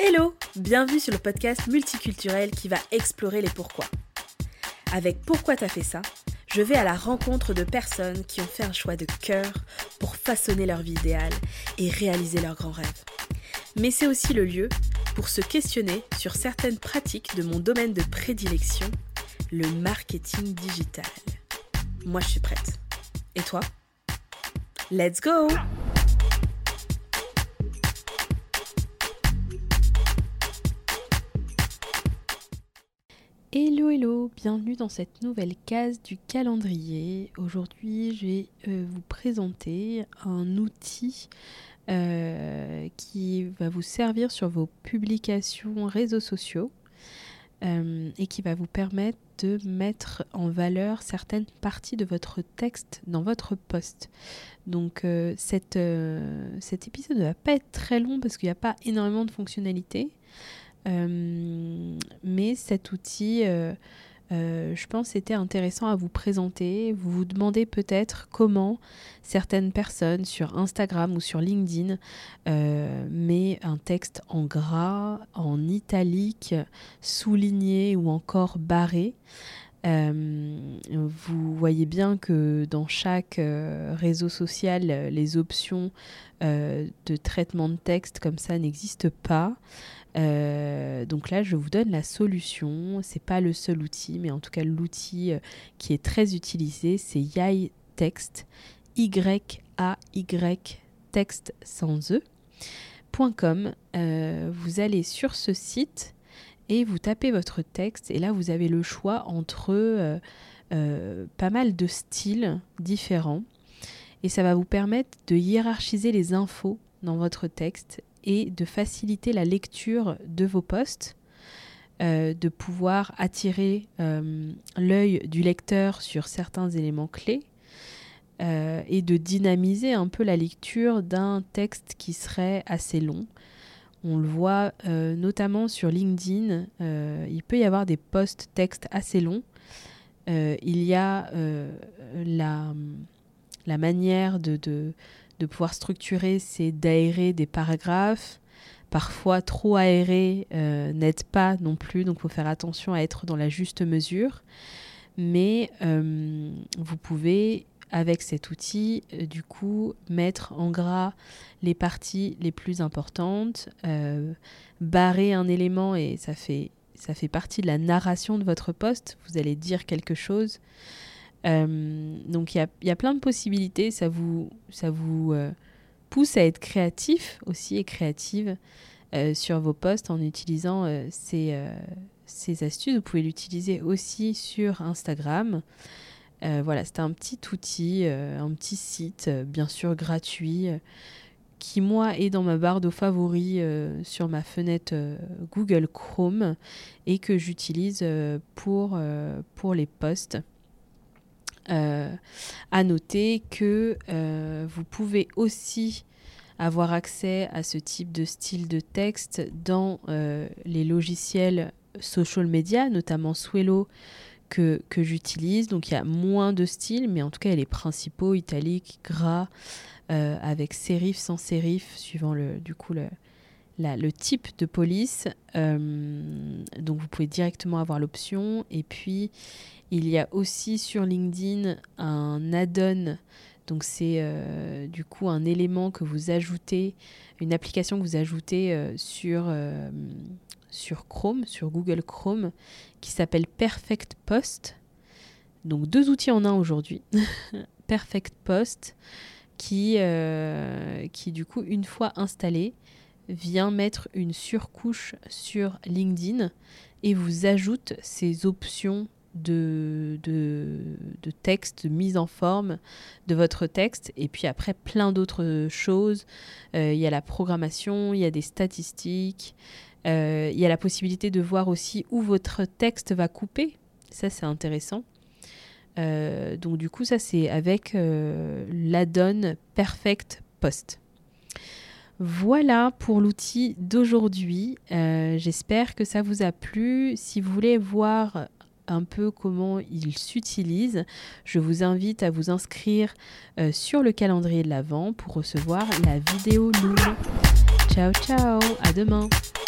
Hello, bienvenue sur le podcast multiculturel qui va explorer les pourquoi. Avec Pourquoi t'as fait ça, je vais à la rencontre de personnes qui ont fait un choix de cœur pour façonner leur vie idéale et réaliser leurs grands rêves. Mais c'est aussi le lieu pour se questionner sur certaines pratiques de mon domaine de prédilection, le marketing digital. Moi, je suis prête. Et toi ? Let's go ! Hello, bienvenue dans cette nouvelle case du calendrier. Aujourd'hui, je vais vous présenter un outil qui va vous servir sur vos publications réseaux sociaux et qui va vous permettre de mettre en valeur certaines parties de votre texte dans votre post. Donc cet épisode ne va pas être très long parce qu'il n'y a pas énormément de fonctionnalités. Mais cet outil, je pense, était intéressant à vous présenter. Vous vous demandez peut-être comment certaines personnes sur Instagram ou sur LinkedIn mettent un texte en gras, en italique, souligné ou encore barré. Vous voyez bien que dans chaque réseau social, les options de traitement de texte comme ça n'existent pas. Donc là, je vous donne la solution. C'est pas le seul outil, mais en tout cas l'outil qui est très utilisé, c'est Yay Text, Y-A-Y Text sans E.com. Vous allez sur ce site et vous tapez votre texte et là vous avez le choix entre pas mal de styles différents et ça va vous permettre de hiérarchiser les infos dans votre texte et de faciliter la lecture de vos posts, de pouvoir attirer l'œil du lecteur sur certains éléments clés et de dynamiser un peu la lecture d'un texte qui serait assez long. On le voit notamment sur LinkedIn, il peut y avoir des posts textes assez longs. Il y a la manière de pouvoir structurer, c'est d'aérer des paragraphes. Parfois, trop aéré n'aide pas non plus, donc il faut faire attention à être dans la juste mesure. Mais vous pouvez, avec cet outil, du coup, mettre en gras les parties les plus importantes, barrer un élément et ça fait partie de la narration de votre post. Vous allez dire quelque chose. Donc il y a plein de possibilités, ça vous pousse à être créatif aussi et créative sur vos posts en utilisant ces astuces. Vous pouvez l'utiliser aussi sur Instagram. Voilà, c'est un petit outil, un petit site, bien sûr gratuit, qui moi est dans ma barre de favoris sur ma fenêtre Google Chrome et que j'utilise pour les posts. À noter que vous pouvez aussi avoir accès à ce type de style de texte dans les logiciels social media, notamment Swello que j'utilise. Donc il y a moins de styles, mais en tout cas il y a les principaux, italiques, gras, avec sérif, sans sérif, suivant le type de police. Donc vous pouvez directement avoir l'option. Et puis il y a aussi sur LinkedIn un add-on. Donc c'est du coup un élément que vous ajoutez, une application que vous ajoutez sur Chrome, sur Google Chrome, qui s'appelle Perfect Post. Donc 2 outils en un aujourd'hui. Perfect Post qui du coup, une fois installé, vient mettre une surcouche sur LinkedIn et vous ajoute ces options de texte, de mise en forme de votre texte, et puis après plein d'autres choses. Il y a la programmation, il y a des statistiques, il y a la possibilité de voir aussi où votre texte va couper. Ça, c'est intéressant. Donc du coup, ça c'est avec l'add-on Perfect Post. Voilà pour l'outil d'aujourd'hui. J'espère que ça vous a plu. Si vous voulez voir un peu comment il s'utilise, je vous invite à vous inscrire sur le calendrier de l'Avent pour recevoir la vidéo Loom. Ciao, ciao, à demain.